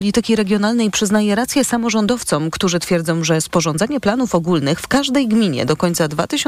Polityki regionalnej przyznaje rację samorządowcom, którzy twierdzą, że sporządzenie planów ogólnych w każdej gminie do końca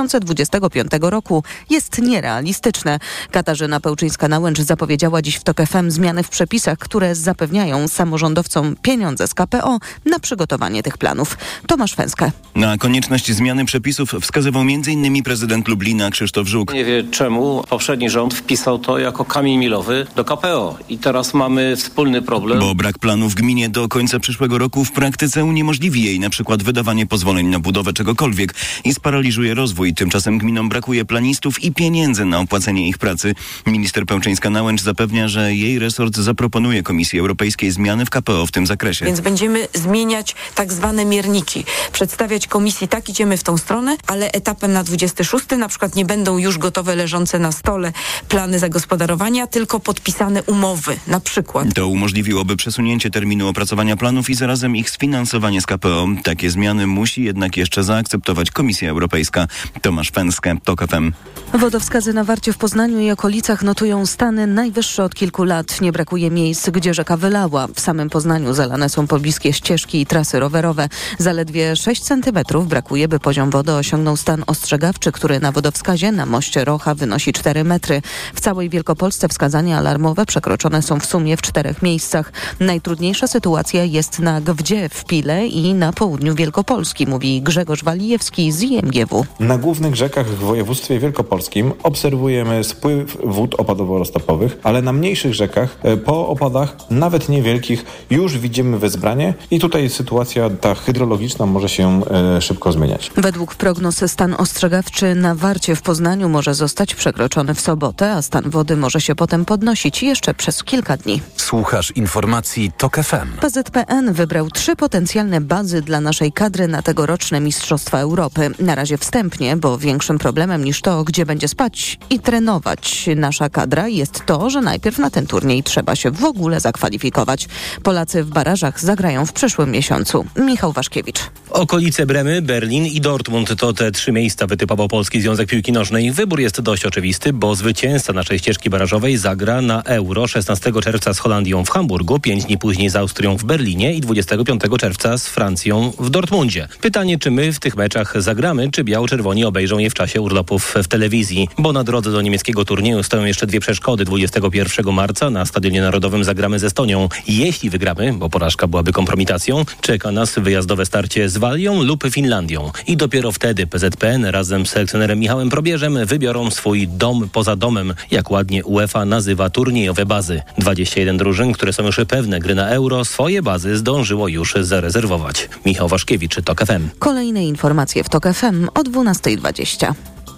2025 roku jest nierealistyczne. Katarzyna Pełczyńska-Nałęcz zapowiedziała dziś w TOK FM zmiany w przepisach, które zapewniają samorządowcom pieniądze z KPO na przygotowanie tych planów. Tomasz Fęskę. Na konieczność zmiany przepisów wskazywał m.in. prezydent Lublina Krzysztof Żuk. Nie wie czemu poprzedni rząd wpisał to jako kamień milowy do KPO i teraz mamy wspólny problem. Bo brak planu w gminie do końca przyszłego roku w praktyce uniemożliwi jej na przykład wydawanie pozwoleń na budowę czegokolwiek i sparaliżuje rozwój. Tymczasem gminom brakuje planistów i pieniędzy na opłacenie ich pracy. Minister Pełczyńska-Nałęcz zapewnia, że jej resort zaproponuje Komisji Europejskiej zmiany w KPO w tym zakresie. Więc będziemy zmieniać tak zwane mierniki. Przedstawiać komisji, tak idziemy w tą stronę, ale etapem na 26 na przykład nie będą już gotowe leżące na stole plany zagospodarowania, tylko podpisane umowy na przykład. To umożliwiłoby przesunięcie terminu opracowania planów i zarazem ich sfinansowanie z KPO. Takie zmiany musi jednak jeszcze zaakceptować Komisja Europejska. Tomasz Fęskę, TOK FM. Wodowskazy na Warcie w Poznaniu i okolicach notują stany najwyższe od kilku lat. Nie brakuje miejsc, gdzie rzeka wylała. W samym Poznaniu zalane są pobliskie ścieżki i trasy rowerowe. Zaledwie 6 centymetrów brakuje, by poziom wody osiągnął stan ostrzegawczy, który na Wodowskazie na moście Rocha wynosi 4 metry. W całej Wielkopolsce wskazania alarmowe przekroczone są w sumie w 4 miejscach. Najtrudniejsza sytuacja jest na Gwdzie w Pile i na południu Wielkopolski, mówi Grzegorz Walijewski z IMGW. Na głównych rzekach w województwie wielkopolskim obserwujemy spływ wód opadowo-roztopowych, ale na mniejszych rzekach po opadach, nawet niewielkich, już widzimy wezbranie i tutaj sytuacja ta hydrologiczna może się szybko zmieniać. Według prognoz stan ostrzegawczy na Warcie w Poznaniu może zostać przekroczony w sobotę, a stan wody może się potem podnosić jeszcze przez kilka dni. Słuchasz informacji TOK FM. PZPN wybrał 3 potencjalne bazy dla naszej kadry na tegoroczne Mistrzostwa Europy. Na razie wstępnie, bo większym problemem niż to, gdzie będzie spać i trenować nasza kadra, jest to, że najpierw na ten turniej trzeba się w ogóle zakwalifikować. Polacy w barażach zagrają w przyszłym miesiącu. Michał Waszkiewicz. Okolice Bremy, Berlin i Dortmund to te 3 miejsca wytypował Polski Związek Piłki Nożnej. Wybór jest dość oczywisty, bo zwycięzca naszej ścieżki barażowej zagra na Euro 16 czerwca z Holandią w Hamburgu, 5 dni później z Austrią w Berlinie i 25 czerwca z Francją w Dortmundzie. Pytanie, czy my w tych meczach zagramy, czy biało-czerwoni obejrzą je w czasie urlopów w telewizji, bo na drodze do niemieckiego turnieju stoją jeszcze 2 przeszkody. 21 marca na Stadionie Narodowym zagramy z Estonią. Jeśli wygramy, bo porażka byłaby kompromitacją, czeka nas wyjazdowe starcie z Walią lub Finlandią. I dopiero wtedy PZPN razem z selekcjonerem Michałem Probierzem wybiorą swój dom poza domem, jak ładnie UEFA nazywa turniejowe bazy. 21 drużyn, które są już pewne gry na Euro, swoje bazy zdążyło już zarezerwować. Michał Waszkiewicz, TOK FM. Kolejne informacje w TOK FM o 12:20.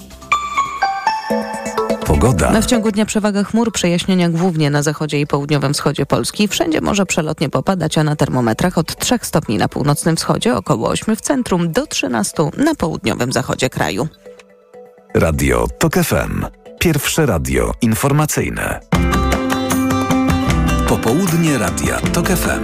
Pogoda. W ciągu dnia przewaga chmur, przejaśnienia głównie na zachodzie i południowym wschodzie Polski. Wszędzie może przelotnie popadać, a na termometrach od 3 stopni na północnym wschodzie, około 8 w centrum, do 13 na południowym zachodzie kraju. Radio TOK FM. Pierwsze radio informacyjne. Popołudnie Radia TOK FM.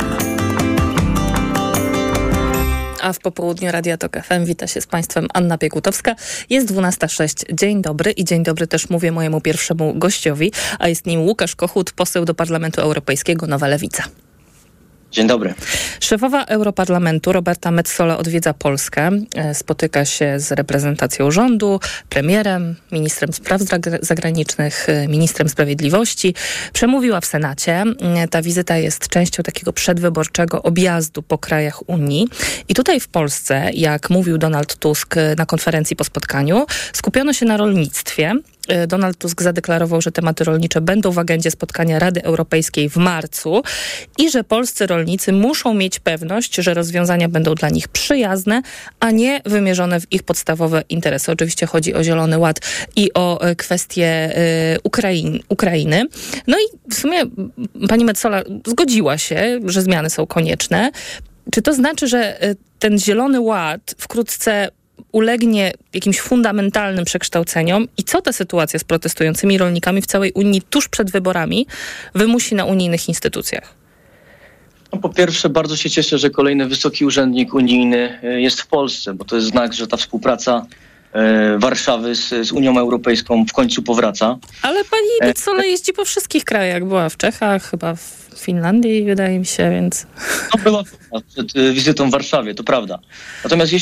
A w popołudniu Radia TOK FM wita się z Państwem Anna Piekutowska. Jest 12:06. Dzień dobry i dzień dobry też mówię mojemu pierwszemu gościowi, a jest nim Łukasz Kochut, poseł do Parlamentu Europejskiego, Nowa Lewica. Dzień dobry. Szefowa Europarlamentu Roberta Metsola odwiedza Polskę. Spotyka się z reprezentacją rządu, premierem, ministrem spraw zagranicznych, ministrem sprawiedliwości. Przemówiła w Senacie. Ta wizyta jest częścią takiego przedwyborczego objazdu po krajach Unii. I tutaj w Polsce, jak mówił Donald Tusk na konferencji po spotkaniu, skupiono się na rolnictwie. Donald Tusk zadeklarował, że tematy rolnicze będą w agendzie spotkania Rady Europejskiej w marcu i że polscy rolnicy muszą mieć pewność, że rozwiązania będą dla nich przyjazne, a nie wymierzone w ich podstawowe interesy. Oczywiście chodzi o Zielony Ład i o kwestię Ukrainy. No i w sumie pani Metsola zgodziła się, że zmiany są konieczne. Czy to znaczy, że ten Zielony Ład wkrótce ulegnie jakimś fundamentalnym przekształceniom i co ta sytuacja z protestującymi rolnikami w całej Unii tuż przed wyborami wymusi na unijnych instytucjach? No, po pierwsze, bardzo się cieszę, że kolejny wysoki urzędnik unijny jest w Polsce, bo to jest znak, że ta współpraca Warszawy z Unią Europejską w końcu powraca. Ale pani Metsola jeździ po wszystkich krajach. Była w Czechach, chyba w Finlandii, wydaje mi się, więc... No, była przed wizytą w Warszawie, to prawda. Natomiast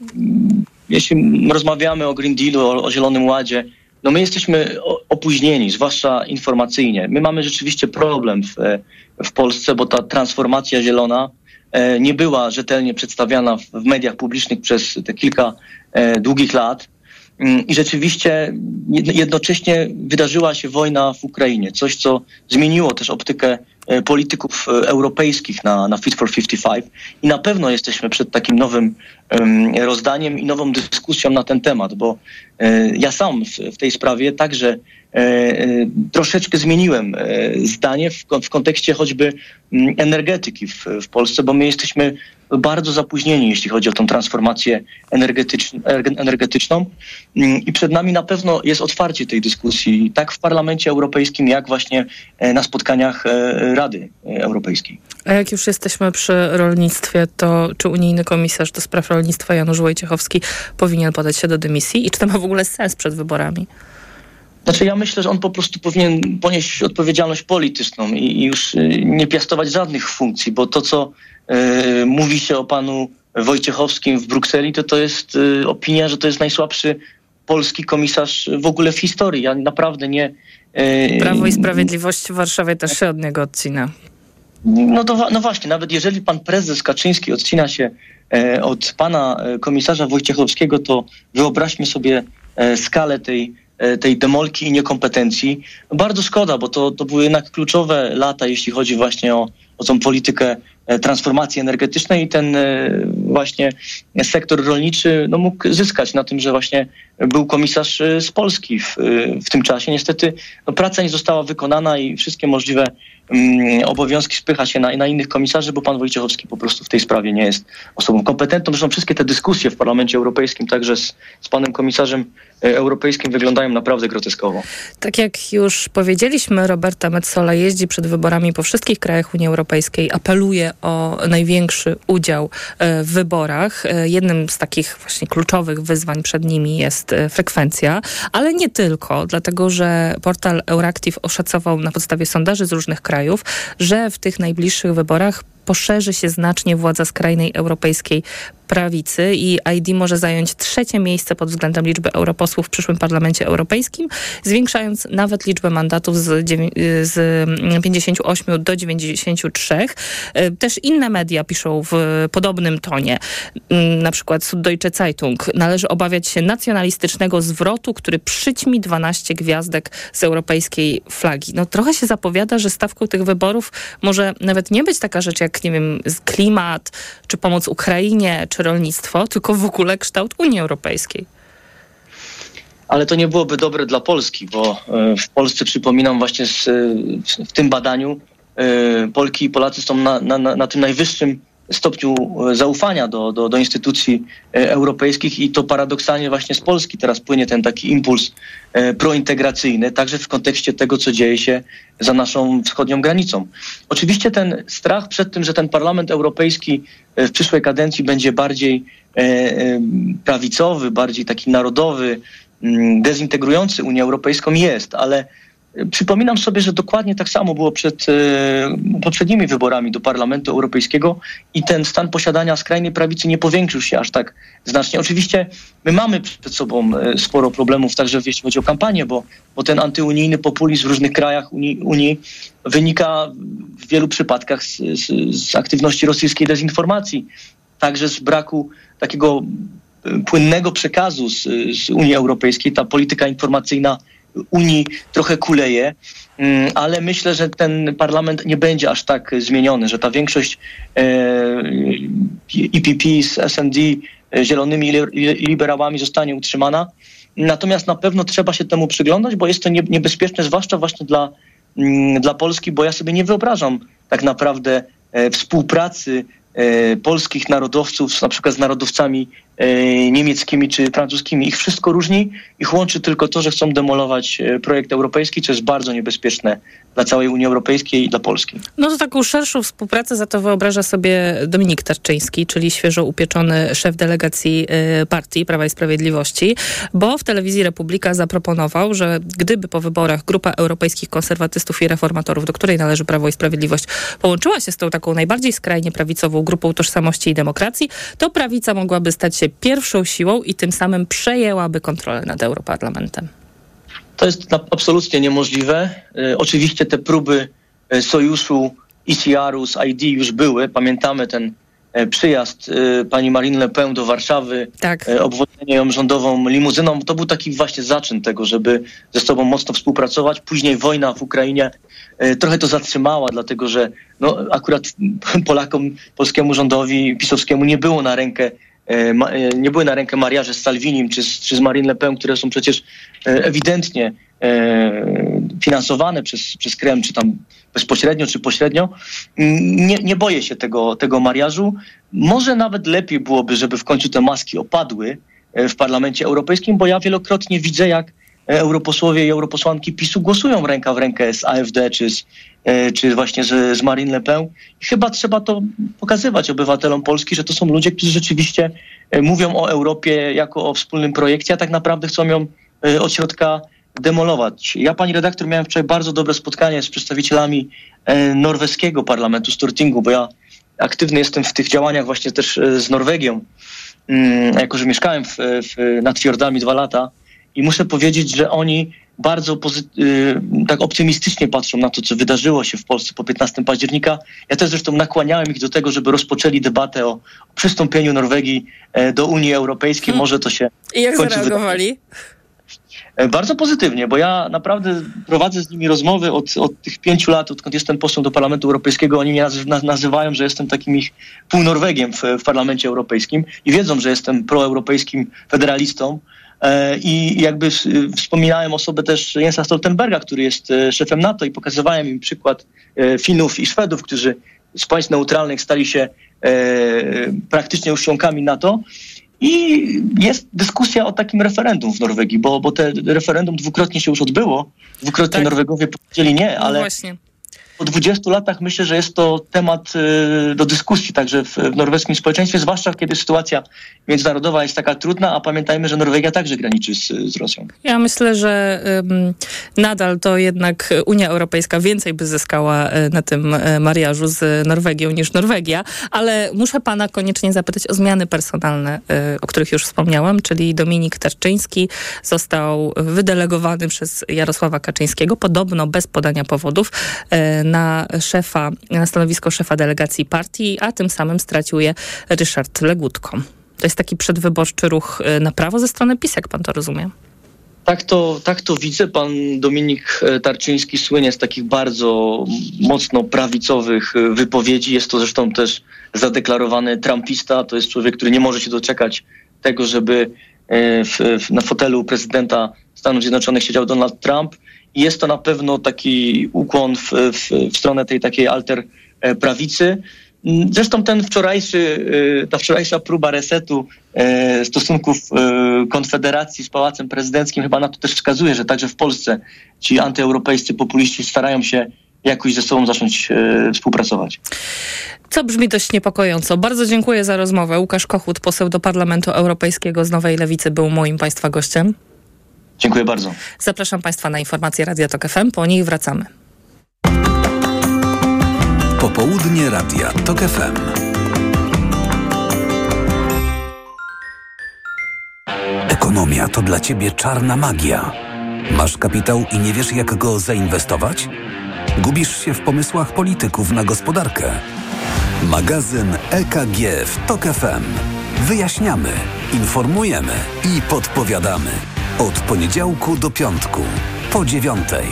jeśli rozmawiamy o Green Dealu, o Zielonym Ładzie, no my jesteśmy opóźnieni, zwłaszcza informacyjnie. My mamy rzeczywiście problem w Polsce, bo ta transformacja zielona nie była rzetelnie przedstawiana w mediach publicznych przez te kilka długich lat. I rzeczywiście jednocześnie wydarzyła się wojna w Ukrainie. Coś, co zmieniło też optykę polityków europejskich na Fit for 55. I na pewno jesteśmy przed takim nowym rozdaniem i nową dyskusją na ten temat, bo ja sam w tej sprawie także troszeczkę zmieniłem zdanie w kontekście choćby energetyki w Polsce, bo my jesteśmy bardzo zapóźnieni, jeśli chodzi o tą transformację energetyczną i przed nami na pewno jest otwarcie tej dyskusji, tak w Parlamencie Europejskim, jak właśnie na spotkaniach Rady Europejskiej. A jak już jesteśmy przy rolnictwie, to czy unijny komisarz do spraw rolnictwa Janusz Wojciechowski powinien podać się do dymisji i czy to ma w ogóle sens przed wyborami? Znaczy ja myślę, że on po prostu powinien ponieść odpowiedzialność polityczną i już nie piastować żadnych funkcji, bo to, co mówi się o panu Wojciechowskim w Brukseli, to jest opinia, że to jest najsłabszy polski komisarz w ogóle w historii. Ja naprawdę nie... Prawo i Sprawiedliwość w Warszawie też się od niego odcina. No właśnie, nawet jeżeli pan prezes Kaczyński odcina się od pana komisarza Wojciechowskiego, to wyobraźmy sobie skalę tej demolki i niekompetencji. Bardzo szkoda, bo to były jednak kluczowe lata, jeśli chodzi właśnie o tą politykę transformacji energetycznej i ten właśnie sektor rolniczy mógł zyskać na tym, że właśnie był komisarz z Polski w tym czasie. Niestety praca nie została wykonana i wszystkie możliwe obowiązki spycha się na innych komisarzy, bo pan Wojciechowski po prostu w tej sprawie nie jest osobą kompetentną. Zresztą wszystkie te dyskusje w Parlamencie Europejskim, także z panem komisarzem europejskim, wyglądają naprawdę groteskowo. Tak jak już powiedzieliśmy, Roberta Metsola jeździ przed wyborami po wszystkich krajach Unii Europejskiej, apeluje o największy udział w wyborach. Jednym z takich właśnie kluczowych wyzwań przed nimi jest frekwencja, ale nie tylko, dlatego że portal Euractiv oszacował na podstawie sondaży z różnych krajów, że w tych najbliższych wyborach poszerzy się znacznie władza skrajnej europejskiej prawicy i ID może zająć 3. miejsce pod względem liczby europosłów w przyszłym Parlamencie Europejskim, zwiększając nawet liczbę mandatów z 58 do 93. Też inne media piszą w podobnym tonie. Na przykład Süddeutsche Zeitung. Należy obawiać się nacjonalistycznego zwrotu, który przyćmi 12 gwiazdek z europejskiej flagi. Trochę się zapowiada, że stawką tych wyborów może nawet nie być taka rzecz jak, nie wiem, klimat, czy pomoc Ukrainie, czy rolnictwo, tylko w ogóle kształt Unii Europejskiej. Ale to nie byłoby dobre dla Polski, bo w Polsce, przypominam, właśnie w tym badaniu Polki i Polacy są na tym najwyższym stopniu zaufania do instytucji europejskich i to paradoksalnie właśnie z Polski teraz płynie ten taki impuls prointegracyjny, także w kontekście tego, co dzieje się za naszą wschodnią granicą. Oczywiście ten strach przed tym, że ten Parlament Europejski w przyszłej kadencji będzie bardziej prawicowy, bardziej taki narodowy, dezintegrujący Unię Europejską jest, ale przypominam sobie, że dokładnie tak samo było przed poprzednimi wyborami do Parlamentu Europejskiego i ten stan posiadania skrajnej prawicy nie powiększył się aż tak znacznie. Oczywiście my mamy przed sobą sporo problemów, także jeśli chodzi o kampanię, bo ten antyunijny populizm w różnych krajach Unii wynika w wielu przypadkach z aktywności rosyjskiej dezinformacji, także z braku takiego płynnego przekazu z Unii Europejskiej. Ta polityka informacyjna Unii trochę kuleje, ale myślę, że ten parlament nie będzie aż tak zmieniony, że ta większość EPP z SND, Zielonymi i liberałami zostanie utrzymana. Natomiast na pewno trzeba się temu przyglądać, bo jest to niebezpieczne, zwłaszcza właśnie dla Polski, bo ja sobie nie wyobrażam tak naprawdę współpracy polskich narodowców, na przykład z narodowcami niemieckimi czy francuskimi. Ich wszystko różni, ich łączy tylko to, że chcą demolować projekt europejski, co jest bardzo niebezpieczne dla całej Unii Europejskiej i dla Polski. No to taką szerszą współpracę za to wyobraża sobie Dominik Tarczyński, czyli świeżo upieczony szef delegacji partii Prawa i Sprawiedliwości, bo w telewizji Republika zaproponował, że gdyby po wyborach grupa europejskich konserwatystów i reformatorów, do której należy Prawo i Sprawiedliwość, połączyła się z tą taką najbardziej skrajnie prawicową grupą Tożsamości i Demokracji, to prawica mogłaby stać się pierwszą siłą i tym samym przejęłaby kontrolę nad Europarlamentem. To jest absolutnie niemożliwe. Oczywiście te próby sojuszu ECR-u z ID już były. Pamiętamy ten przyjazd pani Marine Le Pen do Warszawy, tak. Obwodzenie ją rządową limuzyną. To był taki właśnie zaczyn tego, żeby ze sobą mocno współpracować. Później wojna w Ukrainie trochę to zatrzymała, dlatego że akurat Polakom, polskiemu rządowi pisowskiemu nie były na rękę mariaże z Salvinim czy z Marine Le Pen, które są przecież ewidentnie finansowane przez Kreml, czy tam bezpośrednio, czy pośrednio. Nie boję się tego mariażu. Może nawet lepiej byłoby, żeby w końcu te maski opadły w Parlamencie Europejskim, bo ja wielokrotnie widzę, jak europosłowie i europosłanki PiS-u głosują ręka w rękę z AfD, czy właśnie z Marine Le Pen. I chyba trzeba to pokazywać obywatelom Polski, że to są ludzie, którzy rzeczywiście mówią o Europie jako o wspólnym projekcie, a tak naprawdę chcą ją od środka demolować. Ja, pani redaktor, miałem wczoraj bardzo dobre spotkanie z przedstawicielami norweskiego parlamentu, Stortingu, bo ja aktywny jestem w tych działaniach właśnie też z Norwegią, jako że mieszkałem nad fiordami 2 lata i muszę powiedzieć, że oni bardzo tak optymistycznie patrzą na to, co wydarzyło się w Polsce po 15 października. Ja też zresztą nakłaniałem ich do tego, żeby rozpoczęli debatę o przystąpieniu Norwegii do Unii Europejskiej. Może to się... I jak zareagowali? Bardzo pozytywnie, bo ja naprawdę prowadzę z nimi rozmowy od tych 5 lat, odkąd jestem posłem do Parlamentu Europejskiego. Oni mnie nazywają, że jestem takim ich półnorwegiem w Parlamencie Europejskim i wiedzą, że jestem proeuropejskim federalistą. I jakby wspominałem osobę też Jensa Stoltenberga, który jest szefem NATO, i pokazywałem im przykład Finów i Szwedów, którzy z państw neutralnych stali się praktycznie już członkami NATO. I jest dyskusja o takim referendum w Norwegii, bo te referendum dwukrotnie się już odbyło. Dwukrotnie tak. Norwegowie powiedzieli nie, ale właśnie. Po 20 latach myślę, że jest to temat do dyskusji także w norweskim społeczeństwie, zwłaszcza kiedy sytuacja międzynarodowa jest taka trudna, a pamiętajmy, że Norwegia także graniczy z Rosją. Ja myślę, że nadal to jednak Unia Europejska więcej by zyskała na tym mariażu z Norwegią niż Norwegia, ale muszę pana koniecznie zapytać o zmiany personalne, o których już wspomniałam, czyli Dominik Tarczyński został wydelegowany przez Jarosława Kaczyńskiego, podobno bez podania powodów, na stanowisko szefa delegacji partii, a tym samym stracił je Ryszard Legutko. To jest taki przedwyborczy ruch na prawo ze strony PiS, jak pan to rozumie? Tak to widzę. Pan Dominik Tarczyński słynie z takich bardzo mocno prawicowych wypowiedzi. Jest to zresztą też zadeklarowany trumpista. To jest człowiek, który nie może się doczekać tego, żeby na fotelu prezydenta Stanów Zjednoczonych siedział Donald Trump. I jest to na pewno taki ukłon w stronę tej takiej alterprawicy. Zresztą ta wczorajsza próba resetu stosunków Konfederacji z Pałacem Prezydenckim chyba na to też wskazuje, że także w Polsce ci antyeuropejscy populiści starają się jakoś ze sobą zacząć współpracować. Co brzmi dość niepokojąco. Bardzo dziękuję za rozmowę. Łukasz Kochut, poseł do Parlamentu Europejskiego z Nowej Lewicy, był moim państwa gościem. Dziękuję bardzo. Zapraszam państwa na informacje Radia Tok FM. Po nich wracamy. Popołudnie Radia Tok FM. Ekonomia to dla ciebie czarna magia. Masz kapitał i nie wiesz, jak go zainwestować? Gubisz się w pomysłach polityków na gospodarkę? Magazyn EKG w Tok FM. Wyjaśniamy, informujemy i podpowiadamy. Od poniedziałku do piątku, po 9:00.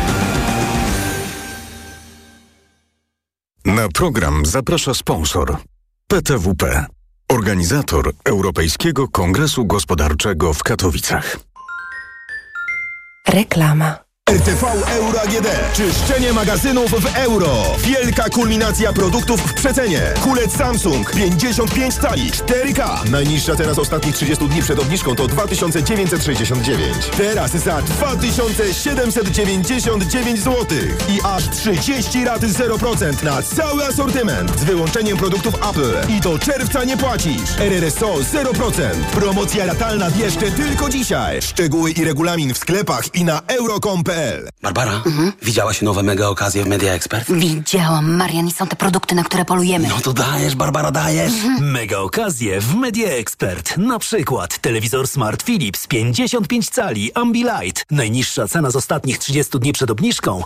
Na program zaprasza sponsor PTWP, organizator Europejskiego Kongresu Gospodarczego w Katowicach. Reklama. RTV Euro AGD. Czyszczenie magazynów w euro. Wielka kulminacja produktów w przecenie. Kulec Samsung 55 cali 4K. Najniższa teraz ostatnich 30 dni przed obniżką to 2969. Teraz za 2799 zł. I aż 30 rat 0% na cały asortyment. Z wyłączeniem produktów Apple. I do czerwca nie płacisz. RRSO 0%. Promocja ratalna jeszcze tylko dzisiaj. Szczegóły i regulamin w sklepach i na euro.com.pl. Barbara, widziałaś nowe mega okazje w Media Expert? Widziałam, Marian, i są te produkty, na które polujemy. No to dajesz, Barbara, dajesz. Mega okazje w Media Expert. Na przykład telewizor Smart Philips 55 cali Ambilight. Najniższa cena z ostatnich 30 dni przed obniżką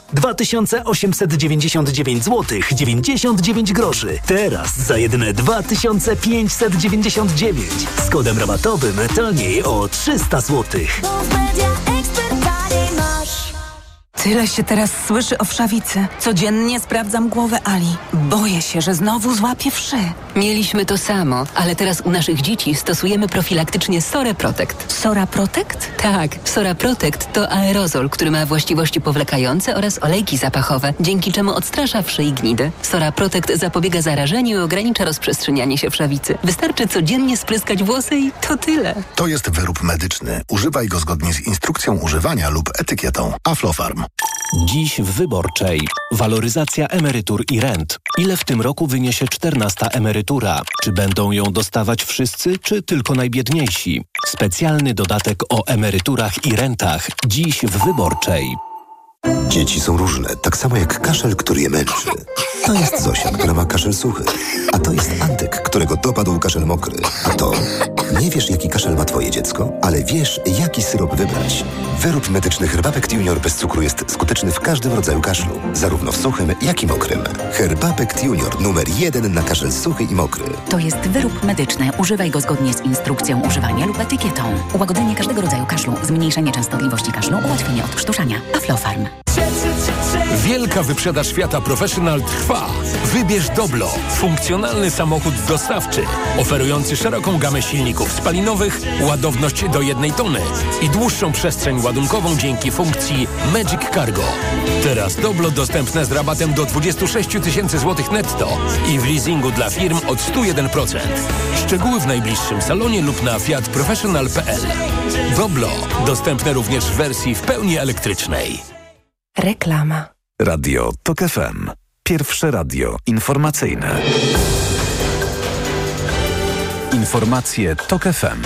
2899 zł 99 groszy. Teraz za jedyne 2599. Z kodem rabatowym taniej o 300 zł. Tyle się teraz słyszy o wszawicy. Codziennie sprawdzam głowę Ali. Boję się, że znowu złapie wszy. Mieliśmy to samo, ale teraz u naszych dzieci stosujemy profilaktycznie Sora Protect. Sora Protect? Tak, Sora Protect to aerozol, który ma właściwości powlekające oraz olejki zapachowe, dzięki czemu odstrasza wszy i gnidy. Sora Protect zapobiega zarażeniu i ogranicza rozprzestrzenianie się wszawicy. Wystarczy codziennie spryskać włosy i to tyle. To jest wyrób medyczny. Używaj go zgodnie z instrukcją używania lub etykietą. Aflofarm. Dziś w Wyborczej. Waloryzacja emerytur i rent. Ile w tym roku wyniesie 14. emerytura? Czy będą ją dostawać wszyscy, czy tylko najbiedniejsi? Specjalny dodatek o emeryturach i rentach. Dziś w Wyborczej. Dzieci są różne, tak samo jak kaszel, który je męczy. To jest Zosia, która ma kaszel suchy. A to jest Antek, którego dopadł kaszel mokry. A to... Nie wiesz, jaki kaszel ma twoje dziecko, ale wiesz, jaki syrop wybrać. Wyrób medyczny Herbapekt Junior bez cukru jest skuteczny w każdym rodzaju kaszlu. Zarówno w suchym, jak i mokrym. Herbapekt Junior numer 1 na kaszel suchy i mokry. To jest wyrób medyczny. Używaj go zgodnie z instrukcją używania lub etykietą. Ułagodzenie każdego rodzaju kaszlu, zmniejszenie częstotliwości kaszlu, ułatwienie odkrztuszania. Aflofarm. Wielka wyprzedaż Fiata Professional trwa. Wybierz Doblo, funkcjonalny samochód dostawczy, oferujący szeroką gamę silników spalinowych, ładowność do 1 tony i dłuższą przestrzeń ładunkową dzięki funkcji Magic Cargo. Teraz Doblo dostępne z rabatem do 26 000 złotych netto i w leasingu dla firm od 101%. Szczegóły w najbliższym salonie lub na fiatprofessional.pl. Doblo dostępne również w wersji w pełni elektrycznej. Reklama. Radio TOK FM. Pierwsze radio informacyjne. Informacje TOK FM.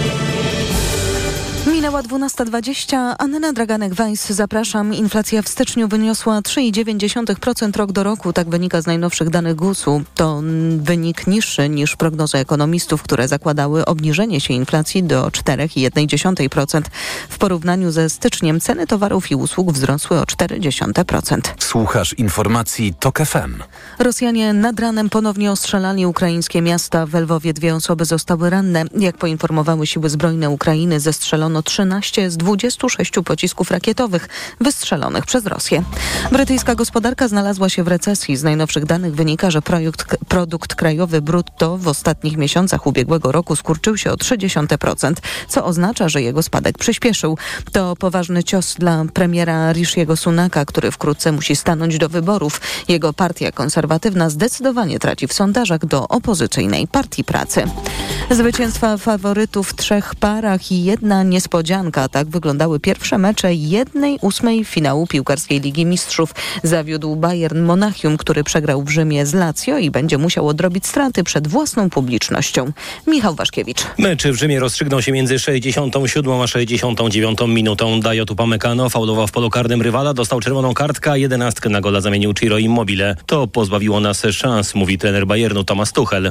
Minęła 12:20. Anna Draganek-Weiss, zapraszam. Inflacja w styczniu wyniosła 3,9% rok do roku. Tak wynika z najnowszych danych GUS-u. To wynik niższy niż prognozy ekonomistów, które zakładały obniżenie się inflacji do 4,1%. W porównaniu ze styczniem ceny towarów i usług wzrosły o 0,4%. Słuchasz informacji TOK FM. Rosjanie nad ranem ponownie ostrzelali ukraińskie miasta. W Lwowie 2 osoby zostały ranne. Jak poinformowały siły zbrojne Ukrainy, zestrzelono 13 z 26 pocisków rakietowych wystrzelonych przez Rosję. Brytyjska gospodarka znalazła się w recesji. Z najnowszych danych wynika, że produkt krajowy brutto w ostatnich miesiącach ubiegłego roku skurczył się o 0,3%, co oznacza, że jego spadek przyspieszył. To poważny cios dla premiera Rishiego Sunaka, który wkrótce musi stanąć do wyborów. Jego partia konserwatywna zdecydowanie traci w sondażach do opozycyjnej Partii Pracy. Zwycięstwa faworytów w 3 parach i jedna niespodzianka. Tak wyglądały pierwsze mecze 1/8 finału piłkarskiej Ligi Mistrzów. Zawiódł Bayern Monachium, który przegrał w Rzymie z Lazio i będzie musiał odrobić straty przed własną publicznością. Michał Waszkiewicz. Mecz w Rzymie rozstrzygnął się między 67 a 69 minutą. Dayot Upamecano faulował w polu karnym rywala, dostał czerwoną kartkę, 11 na gola zamienił Ciro Immobile. To pozbawiło nas szans, mówi trener Bayernu Thomas Tuchel.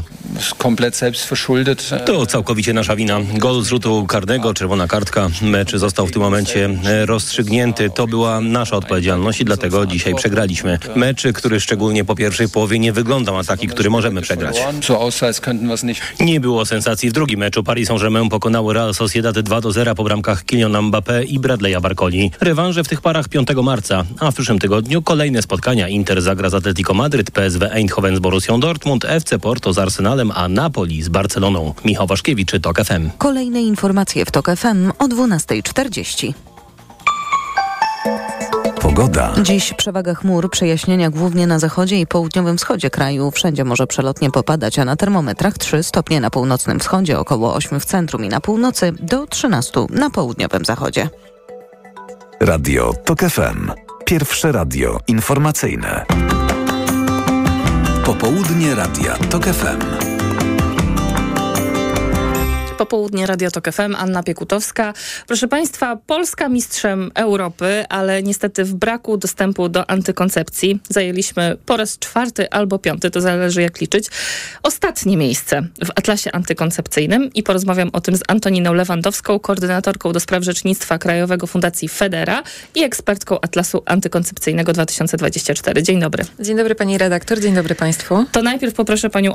To całkowicie nasza wina. Gol z rzutu karnego, czerwona kartka. Mecz został w tym momencie rozstrzygnięty. To była nasza odpowiedzialność i dlatego dzisiaj przegraliśmy. Mecz, który szczególnie po pierwszej połowie nie wyglądał na taki, który możemy przegrać. Nie było sensacji w drugim meczu. Paris Saint-Germain pokonało Real Sociedad 2-0 po bramkach Kyliana Mbappé i Bradley'a Barcoli. Rewanże w tych parach 5 marca, a w przyszłym tygodniu kolejne spotkania. Inter zagra z Atletico Madryt, PSV Eindhoven z Borussią Dortmund, FC Porto z Arsenalem, a Napoli z Barceloną. Michał Waszkiewicz, TOK FM. Kolejne informacje w TOK FM o 12:40. Pogoda. Dziś przewaga chmur, przejaśnienia głównie na zachodzie i południowym wschodzie kraju. Wszędzie może przelotnie popadać, a na termometrach 3 stopnie na północnym wschodzie, około 8 w centrum i na północy, do 13 na południowym zachodzie. Radio TOK FM. Pierwsze radio informacyjne. Popołudnie Radia TOK FM. Popołudnie Radio TOK FM, Anna Piekutowska. Proszę Państwa, Polska mistrzem Europy, ale niestety w braku dostępu do antykoncepcji zajęliśmy po raz 4. albo 5, to zależy jak liczyć, ostatnie miejsce w atlasie antykoncepcyjnym i porozmawiam o tym z Antoniną Lewandowską, koordynatorką do spraw rzecznictwa Krajowego Fundacji Federa i ekspertką Atlasu Antykoncepcyjnego 2024. Dzień dobry. Dzień dobry pani redaktor, dzień dobry Państwu. To najpierw poproszę Panią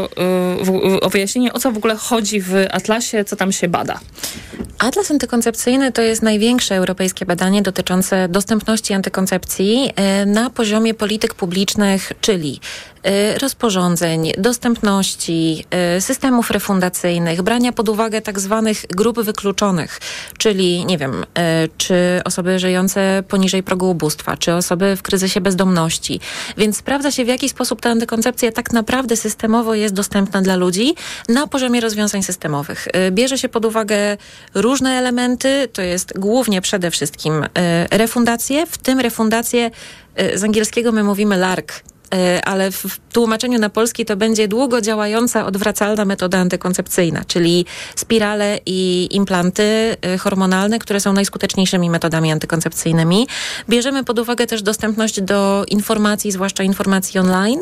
o wyjaśnienie, o co w ogóle chodzi w atlasie, co tam się bada. Atlas antykoncepcyjny to jest największe europejskie badanie dotyczące dostępności antykoncepcji na poziomie polityk publicznych, czyli rozporządzeń, dostępności, systemów refundacyjnych, brania pod uwagę tak zwanych grup wykluczonych, czyli nie wiem, czy osoby żyjące poniżej progu ubóstwa, czy osoby w kryzysie bezdomności. Więc sprawdza się, w jaki sposób ta antykoncepcja tak naprawdę systemowo jest dostępna dla ludzi na poziomie rozwiązań systemowych. Bierze się pod uwagę różne elementy, to jest głównie przede wszystkim refundacje, w tym refundacje z angielskiego my mówimy LARC, ale w tłumaczeniu na polski to będzie długo działająca, odwracalna metoda antykoncepcyjna, czyli spirale i implanty hormonalne, które są najskuteczniejszymi metodami antykoncepcyjnymi. Bierzemy pod uwagę też dostępność do informacji, zwłaszcza informacji online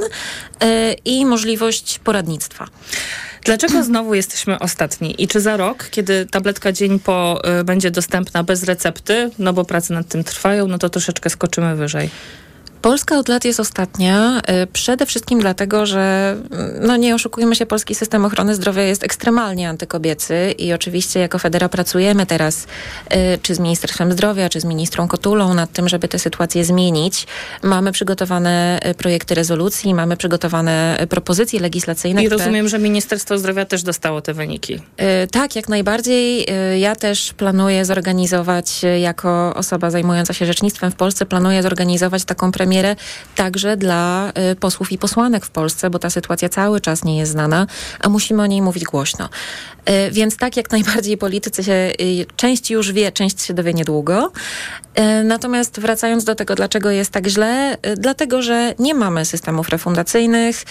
i możliwość poradnictwa. Dlaczego znowu jesteśmy ostatni? I czy za rok, kiedy tabletka dzień po będzie dostępna bez recepty, no bo prace nad tym trwają, no to troszeczkę skoczymy wyżej? Polska od lat jest ostatnia, przede wszystkim dlatego, że no nie oszukujmy się, polski system ochrony zdrowia jest ekstremalnie antykobiecy i oczywiście jako Federa pracujemy teraz czy z Ministerstwem Zdrowia, czy z ministrą Kotulą nad tym, żeby tę sytuację zmienić. Mamy przygotowane projekty rezolucji, mamy przygotowane propozycje legislacyjne. I rozumiem, że Ministerstwo Zdrowia też dostało te wyniki. Tak, jak najbardziej. Ja też planuję zorganizować, jako osoba zajmująca się rzecznictwem w Polsce, planuję zorganizować taką premierę także dla posłów i posłanek w Polsce, bo ta sytuacja cały czas nie jest znana, a musimy o niej mówić głośno. Więc tak, jak najbardziej politycy się, część już wie, część się dowie niedługo. Natomiast wracając do tego, dlaczego jest tak źle, dlatego, że nie mamy systemów refundacyjnych.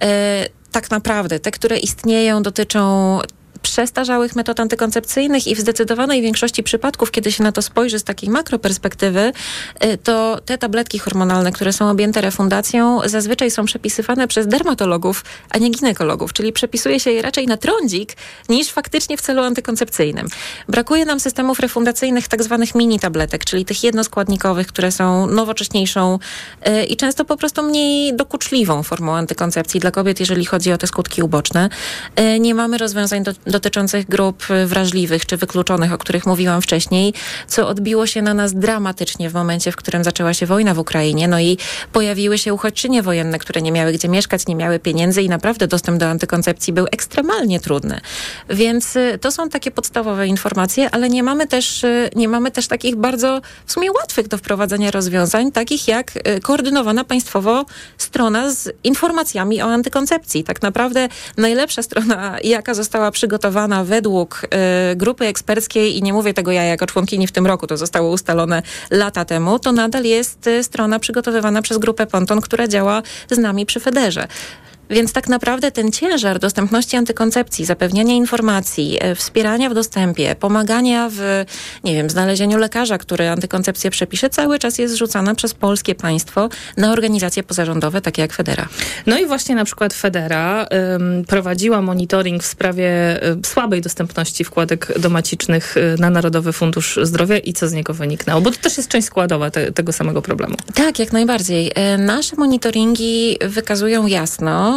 Tak naprawdę te, które istnieją, dotyczą przestarzałych metod antykoncepcyjnych i w zdecydowanej większości przypadków, kiedy się na to spojrzy z takiej makroperspektywy, to te tabletki hormonalne, które są objęte refundacją, zazwyczaj są przepisywane przez dermatologów, a nie ginekologów, czyli przepisuje się je raczej na trądzik, niż faktycznie w celu antykoncepcyjnym. Brakuje nam systemów refundacyjnych tak zwanych mini tabletek, czyli tych jednoskładnikowych, które są nowocześniejszą i często po prostu mniej dokuczliwą formą antykoncepcji dla kobiet, jeżeli chodzi o te skutki uboczne. Nie mamy rozwiązań dotyczących grup wrażliwych czy wykluczonych, o których mówiłam wcześniej, co odbiło się na nas dramatycznie w momencie, w którym zaczęła się wojna w Ukrainie. No i pojawiły się uchodźczynie wojenne, które nie miały gdzie mieszkać, nie miały pieniędzy i naprawdę dostęp do antykoncepcji był ekstremalnie trudny. Więc to są takie podstawowe informacje, ale nie mamy też takich bardzo w sumie łatwych do wprowadzenia rozwiązań, takich jak koordynowana państwowo strona z informacjami o antykoncepcji. Tak naprawdę najlepsza strona, jaka została przygotowana według grupy eksperckiej, i nie mówię tego ja jako członkini w tym roku, to zostało ustalone lata temu, to nadal jest strona przygotowywana przez grupę Ponton, która działa z nami przy Federze. Więc tak naprawdę ten ciężar dostępności antykoncepcji, zapewniania informacji, wspierania w dostępie, pomagania w, nie wiem, znalezieniu lekarza, który antykoncepcję przepisze, cały czas jest zrzucana przez polskie państwo na organizacje pozarządowe, takie jak Federa. No i właśnie na przykład Federa prowadziła monitoring w sprawie słabej dostępności wkładek domacicznych na Narodowy Fundusz Zdrowia i co z niego wyniknęło? Bo to też jest część składowa tego samego problemu. Tak, jak najbardziej. Nasze monitoringi wykazują jasno,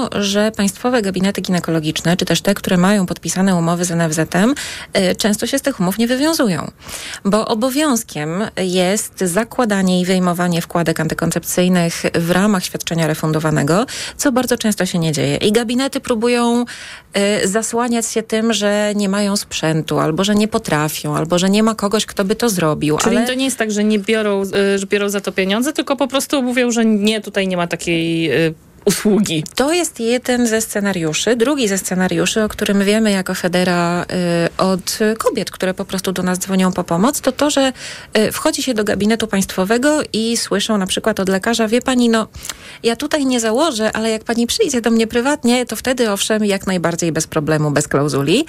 to, że państwowe gabinety ginekologiczne, czy też te, które mają podpisane umowy z NFZ-em, często się z tych umów nie wywiązują. Bo obowiązkiem jest zakładanie i wyjmowanie wkładek antykoncepcyjnych w ramach świadczenia refundowanego, co bardzo często się nie dzieje. I gabinety próbują zasłaniać się tym, że nie mają sprzętu, albo że nie potrafią, albo że nie ma kogoś, kto by to zrobił. Czyli to nie jest tak, że nie biorą, że biorą za to pieniądze, tylko po prostu mówią, że nie, tutaj nie ma takiej usługi. To jest jeden ze scenariuszy. Drugi ze scenariuszy, o którym wiemy jako Federa od kobiet, które po prostu do nas dzwonią po pomoc, to to, że wchodzi się do gabinetu państwowego i słyszą na przykład od lekarza, wie pani, no ja tutaj nie założę, ale jak pani przyjdzie do mnie prywatnie, to wtedy owszem, jak najbardziej bez problemu, bez klauzuli.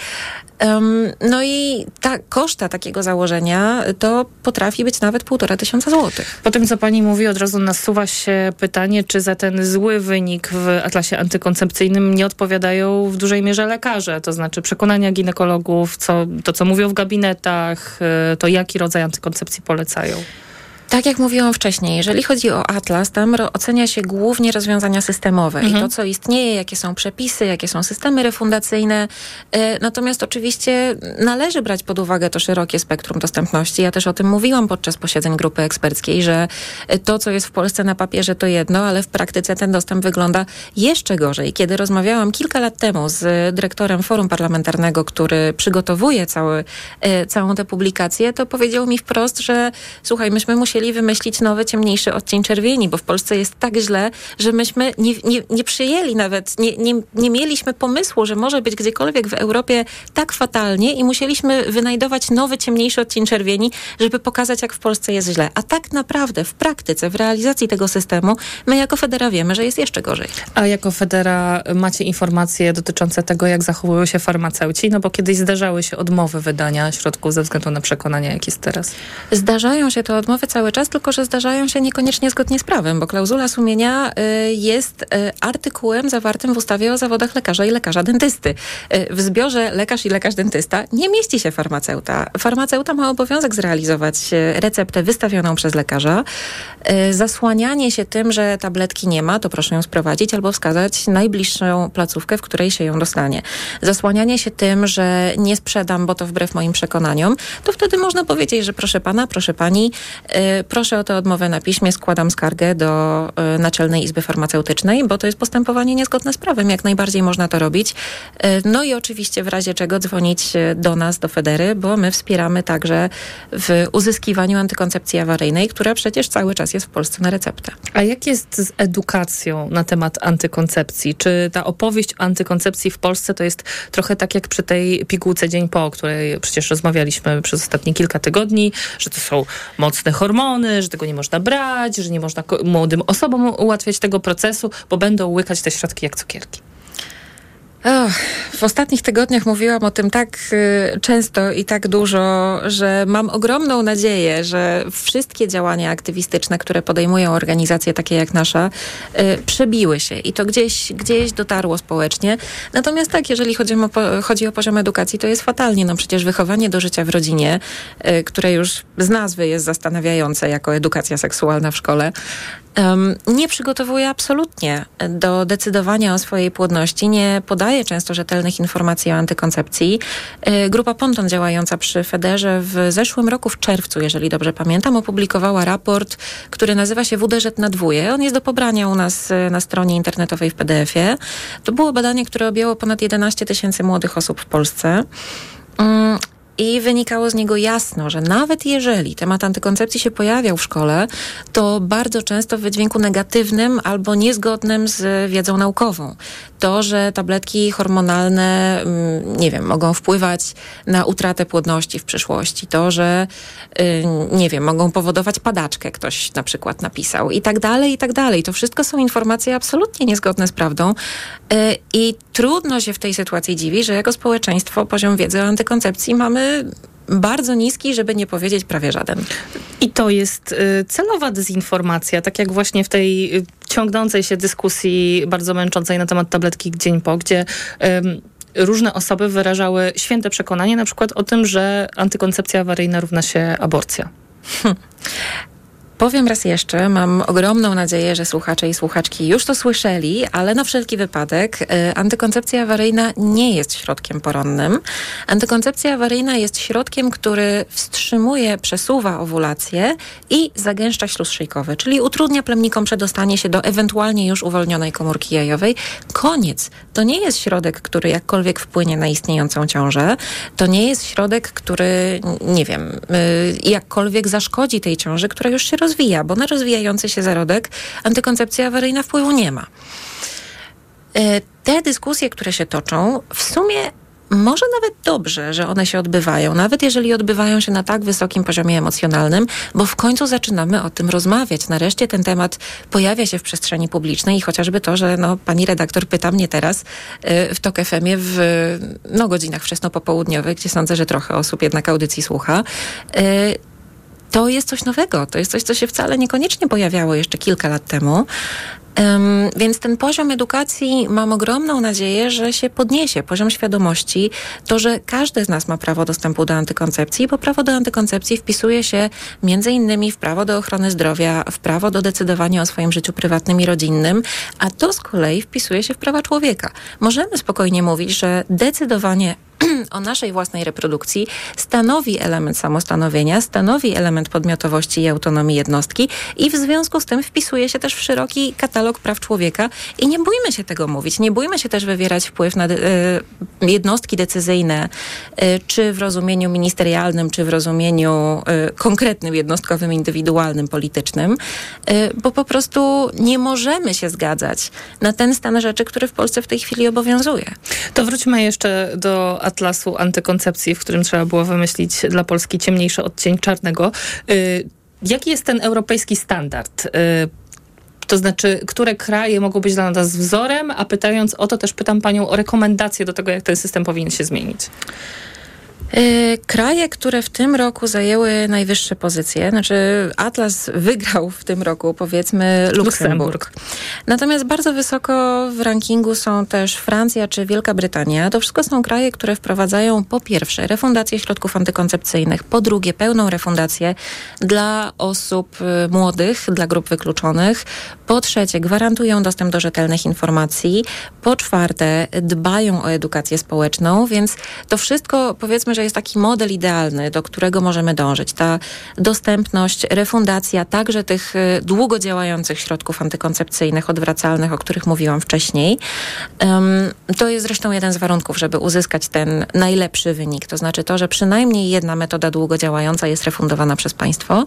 No i koszta takiego założenia to potrafi być nawet 1500 złotych. Po tym, co pani mówi, od razu nasuwa się pytanie, czy za ten zły wynik w atlasie antykoncepcyjnym nie odpowiadają w dużej mierze lekarze, to znaczy przekonania ginekologów, co mówią w gabinetach, to jaki rodzaj antykoncepcji polecają. Tak jak mówiłam wcześniej, jeżeli chodzi o atlas, tam ocenia się głównie rozwiązania systemowe i to, co istnieje, jakie są przepisy, jakie są systemy refundacyjne. Natomiast oczywiście należy brać pod uwagę to szerokie spektrum dostępności. Ja też o tym mówiłam podczas posiedzeń grupy eksperckiej, że to, co jest w Polsce na papierze, to jedno, ale w praktyce ten dostęp wygląda jeszcze gorzej. Kiedy rozmawiałam kilka lat temu z dyrektorem Forum Parlamentarnego, który przygotowuje całą tę publikację, to powiedział mi wprost, że słuchaj, myśmy musieli wymyślić nowy, ciemniejszy odcień czerwieni, bo w Polsce jest tak źle, że myśmy nie przyjęli nawet, nie mieliśmy pomysłu, że może być gdziekolwiek w Europie tak fatalnie i musieliśmy wynajdować nowy, ciemniejszy odcień czerwieni, żeby pokazać, jak w Polsce jest źle. A tak naprawdę w praktyce, w realizacji tego systemu, my jako Federa wiemy, że jest jeszcze gorzej. A jako Federa macie informacje dotyczące tego, jak zachowują się farmaceuci? No bo kiedyś zdarzały się odmowy wydania środków ze względu na przekonania, jak jest teraz. Zdarzają się te odmowy cały czas, tylko że zdarzają się niekoniecznie zgodnie z prawem, bo klauzula sumienia jest artykułem zawartym w ustawie o zawodach lekarza i lekarza dentysty. W zbiorze lekarz i lekarz dentysta nie mieści się farmaceuta. Farmaceuta ma obowiązek zrealizować receptę wystawioną przez lekarza. Zasłanianie się tym, że tabletki nie ma, to proszę ją sprowadzić albo wskazać najbliższą placówkę, w której się ją dostanie. Zasłanianie się tym, że nie sprzedam, bo to wbrew moim przekonaniom, to wtedy można powiedzieć, że proszę pana, proszę pani, proszę o tę odmowę na piśmie, składam skargę do Naczelnej Izby Farmaceutycznej, bo to jest postępowanie niezgodne z prawem. Jak najbardziej można to robić. No i oczywiście w razie czego dzwonić do nas, do Federy, bo my wspieramy także w uzyskiwaniu antykoncepcji awaryjnej, która przecież cały czas jest w Polsce na receptę. A jak jest z edukacją na temat antykoncepcji? Czy ta opowieść o antykoncepcji w Polsce to jest trochę tak jak przy tej pigułce dzień po, o której przecież rozmawialiśmy przez ostatnie kilka tygodni, że to są mocne hormony, że tego nie można brać, że nie można młodym osobom ułatwiać tego procesu, bo będą łykać te środki jak cukierki. W ostatnich tygodniach mówiłam o tym tak często i tak dużo, że mam ogromną nadzieję, że wszystkie działania aktywistyczne, które podejmują organizacje takie jak nasza, przebiły się i to gdzieś dotarło społecznie. Natomiast tak, jeżeli chodzi o poziom edukacji, to jest fatalnie. No przecież wychowanie do życia w rodzinie, które już z nazwy jest zastanawiające jako edukacja seksualna w szkole, nie przygotowuje absolutnie do decydowania o swojej płodności, nie podaje często rzetelnych informacji o antykoncepcji. Grupa Ponton działająca przy Federze w zeszłym roku w czerwcu, jeżeli dobrze pamiętam, opublikowała raport, który nazywa się WDŻ na dwóje. On jest do pobrania u nas na stronie internetowej w PDF-ie. To było badanie, które objęło ponad 11 000 młodych osób w Polsce. I wynikało z niego jasno, że nawet jeżeli temat antykoncepcji się pojawiał w szkole, to bardzo często w wydźwięku negatywnym albo niezgodnym z wiedzą naukową. To, że tabletki hormonalne, nie wiem, mogą wpływać na utratę płodności w przyszłości. To, że, nie wiem, mogą powodować padaczkę, ktoś na przykład napisał i tak dalej, i tak dalej. To wszystko są informacje absolutnie niezgodne z prawdą i trudno się w tej sytuacji dziwić, że jako społeczeństwo poziom wiedzy o antykoncepcji mamy bardzo niski, żeby nie powiedzieć prawie żaden. I to jest celowa dezinformacja, tak jak właśnie w tej ciągnącej się dyskusji bardzo męczącej na temat tabletki dzień po, gdzie różne osoby wyrażały święte przekonanie na przykład o tym, że antykoncepcja awaryjna równa się aborcja. Powiem raz jeszcze, mam ogromną nadzieję, że słuchacze i słuchaczki już to słyszeli, ale na wszelki wypadek antykoncepcja awaryjna nie jest środkiem poronnym. Antykoncepcja awaryjna jest środkiem, który wstrzymuje, przesuwa owulację i zagęszcza śluz szyjkowy, czyli utrudnia plemnikom przedostanie się do ewentualnie już uwolnionej komórki jajowej. Koniec. To nie jest środek, który jakkolwiek wpłynie na istniejącą ciążę. To nie jest środek, który, nie wiem, jakkolwiek zaszkodzi tej ciąży, która już się rozwija, bo na rozwijający się zarodek antykoncepcja awaryjna wpływu nie ma. Te dyskusje, które się toczą, w sumie może nawet dobrze, że one się odbywają, nawet jeżeli odbywają się na tak wysokim poziomie emocjonalnym, bo w końcu zaczynamy o tym rozmawiać. Nareszcie ten temat pojawia się w przestrzeni publicznej i chociażby to, że pani redaktor pyta mnie teraz w TOK FM-ie w godzinach wczesnopopołudniowych, gdzie sądzę, że trochę osób jednak audycji słucha, to jest coś nowego. To jest coś, co się wcale niekoniecznie pojawiało jeszcze kilka lat temu. Więc ten poziom edukacji, mam ogromną nadzieję, że się podniesie. Poziom świadomości, to, że każdy z nas ma prawo dostępu do antykoncepcji, bo prawo do antykoncepcji wpisuje się między innymi w prawo do ochrony zdrowia, w prawo do decydowania o swoim życiu prywatnym i rodzinnym, a to z kolei wpisuje się w prawa człowieka. Możemy spokojnie mówić, że decydowanie o naszej własnej reprodukcji stanowi element samostanowienia, stanowi element podmiotowości i autonomii jednostki i w związku z tym wpisuje się też w szeroki katalog praw człowieka i nie bójmy się tego mówić, nie bójmy się też wywierać wpływ na jednostki decyzyjne, czy w rozumieniu ministerialnym, czy w rozumieniu konkretnym, jednostkowym, indywidualnym, politycznym, bo po prostu nie możemy się zgadzać na ten stan rzeczy, który w Polsce w tej chwili obowiązuje. To wróćmy jeszcze do atlasu antykoncepcji, w którym trzeba było wymyślić dla Polski ciemniejszy odcień czarnego. Jaki jest ten europejski standard? To znaczy, które kraje mogą być dla nas wzorem, a pytając o to, też pytam panią o rekomendacje do tego, jak ten system powinien się zmienić. Kraje, które w tym roku zajęły najwyższe pozycje, znaczy Atlas wygrał w tym roku, powiedzmy, Luksemburg. Natomiast bardzo wysoko w rankingu są też Francja czy Wielka Brytania. To wszystko są kraje, które wprowadzają po pierwsze refundację środków antykoncepcyjnych, po drugie pełną refundację dla osób młodych, dla grup wykluczonych, po trzecie gwarantują dostęp do rzetelnych informacji, po czwarte dbają o edukację społeczną, więc to wszystko, powiedzmy, że jest taki model idealny, do którego możemy dążyć. Ta dostępność, refundacja także tych długo działających środków antykoncepcyjnych, odwracalnych, o których mówiłam wcześniej. To jest zresztą jeden z warunków, żeby uzyskać ten najlepszy wynik. To znaczy to, że przynajmniej jedna metoda długo działająca jest refundowana przez państwo.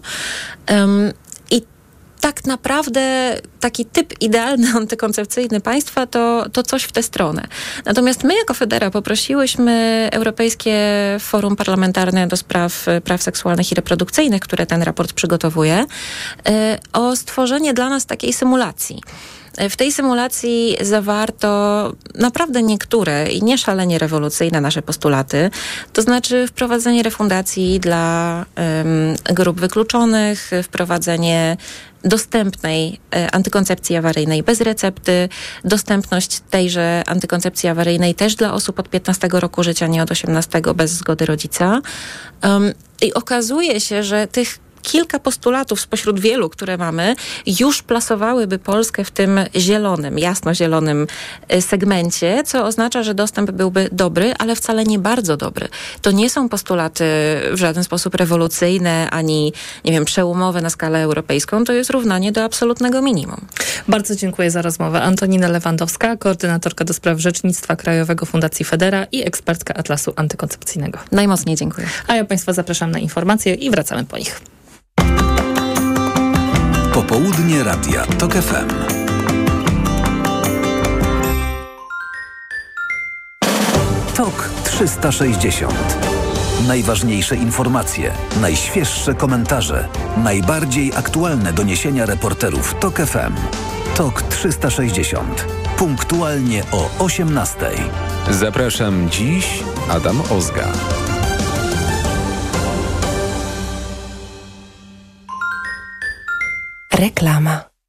Tak naprawdę taki typ idealny antykoncepcyjny państwa to coś w tę stronę. Natomiast my jako Federa poprosiłyśmy Europejskie Forum Parlamentarne do spraw praw seksualnych i reprodukcyjnych, które ten raport przygotowuje, o stworzenie dla nas takiej symulacji. W tej symulacji zawarto naprawdę niektóre i nieszalenie rewolucyjne nasze postulaty, to znaczy wprowadzenie refundacji dla grup wykluczonych, wprowadzenie dostępnej antykoncepcji awaryjnej bez recepty, dostępność tejże antykoncepcji awaryjnej też dla osób od 15 roku życia, nie od 18 bez zgody rodzica. I okazuje się, że tych kilka postulatów spośród wielu, które mamy, już plasowałyby Polskę w tym zielonym, jasno-zielonym segmencie, co oznacza, że dostęp byłby dobry, ale wcale nie bardzo dobry. To nie są postulaty w żaden sposób rewolucyjne, ani, nie wiem, przełomowe na skalę europejską. To jest równanie do absolutnego minimum. Bardzo dziękuję za rozmowę. Antonina Lewandowska, koordynatorka do spraw rzecznictwa Krajowego Fundacji Federa i ekspertka Atlasu Antykoncepcyjnego. Najmocniej dziękuję. A ja Państwa zapraszam na informacje i wracamy po nich. Popołudnie Radia TOK FM. TOK 360. Najważniejsze informacje, najświeższe komentarze, najbardziej aktualne doniesienia reporterów TOK FM. TOK 360. Punktualnie o 18:00. Zapraszam dziś, Adam Ozga. Reklama.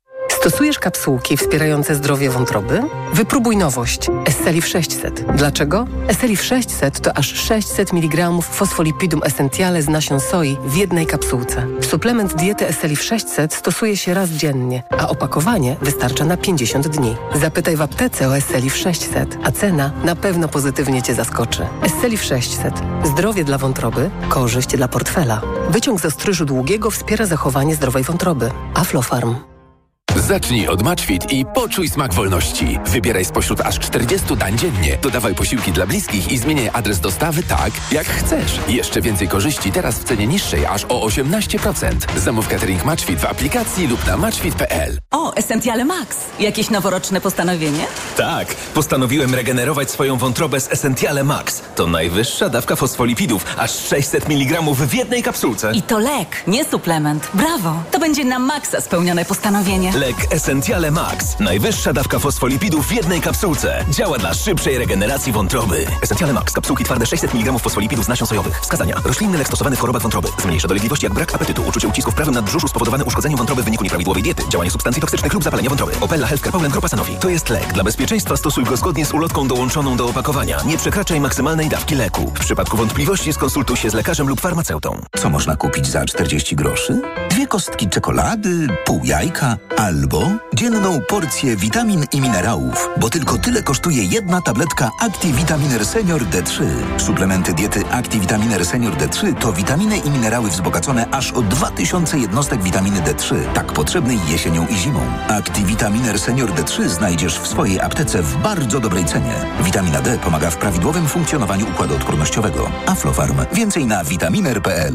Stosujesz kapsułki wspierające zdrowie wątroby? Wypróbuj nowość Esselif 600. Dlaczego? Esselif 600 to aż 600 mg fosfolipidum essentiale z nasion soi w jednej kapsułce. Suplement diety Esselif 600 stosuje się raz dziennie, a opakowanie wystarcza na 50 dni. Zapytaj w aptece o Esselif 600, a cena na pewno pozytywnie Cię zaskoczy. Esselif 600. Zdrowie dla wątroby, korzyść dla portfela. Wyciąg z ostryżu długiego wspiera zachowanie zdrowej wątroby. Aflofarm. Zacznij od Matchfit i poczuj smak wolności. Wybieraj spośród aż 40 dań dziennie. Dodawaj posiłki dla bliskich i zmieniaj adres dostawy tak, jak chcesz. Jeszcze więcej korzyści teraz w cenie niższej aż o 18%. Zamów catering Matchfit w aplikacji lub na matchfit.pl. O, Essentiale Max. Jakieś noworoczne postanowienie? Tak, postanowiłem regenerować swoją wątrobę z Essentiale Max. To najwyższa dawka fosfolipidów, aż 600 mg w jednej kapsułce. I to lek, nie suplement. Brawo! To będzie na maksa spełnione postanowienie. Lek Essentiale Max. Najwyższa dawka fosfolipidów w jednej kapsułce. Działa dla szybszej regeneracji wątroby. Essentiale Max. Kapsułki twarde 600 mg fosfolipidów z nasion sojowych. Wskazania. Roślinny lek stosowany w chorobach wątroby. Zmniejsza dolegliwości jak brak apetytu, uczucie ucisku w prawym nadbrzuszu spowodowane uszkodzeniem wątroby w wyniku nieprawidłowej diety, działanie substancji toksycznych lub zapalenie wątroby. Opella Healthcare Poland Grupa Sanofi. To jest lek. Dla bezpieczeństwa stosuj go zgodnie z ulotką dołączoną do opakowania. Nie przekraczaj maksymalnej dawki leku. W przypadku wątpliwości skonsultuj się z lekarzem lub farmaceutą. Co można kupić za 40 groszy? 2 kostki czekolady, pół jajka albo dzienną porcję witamin i minerałów, bo tylko tyle kosztuje jedna tabletka Activitaminer Senior D3. Suplementy diety Activitaminer Senior D3 to witaminy i minerały wzbogacone aż o 2000 jednostek witaminy D3, tak potrzebnej jesienią i zimą. Activitaminer Senior D3 znajdziesz w swojej aptece w bardzo dobrej cenie. Witamina D pomaga w prawidłowym funkcjonowaniu układu odpornościowego. Aflofarm. Więcej na vitaminer.pl.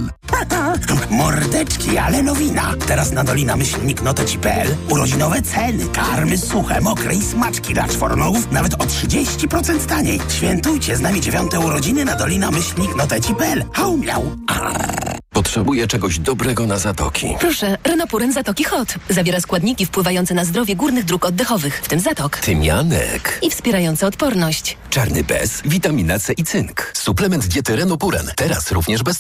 Mordeczki, ale nowina. Teraz na dolina-noteci.pl urodzinowe ceny. Karmy suche, mokre i smaczki dla czworonogów nawet o 30% taniej. Świętujcie z nami 9. urodziny na dolina-noteci.pl. Hał miał. Potrzebuję czegoś dobrego na zatoki. Proszę, Renopuren Zatoki Hot. Zawiera składniki wpływające na zdrowie górnych dróg oddechowych, w tym zatok. Tymianek. I wspierające odporność. Czarny bez, witamina C i cynk. Suplement diety Renopuren. Teraz również bez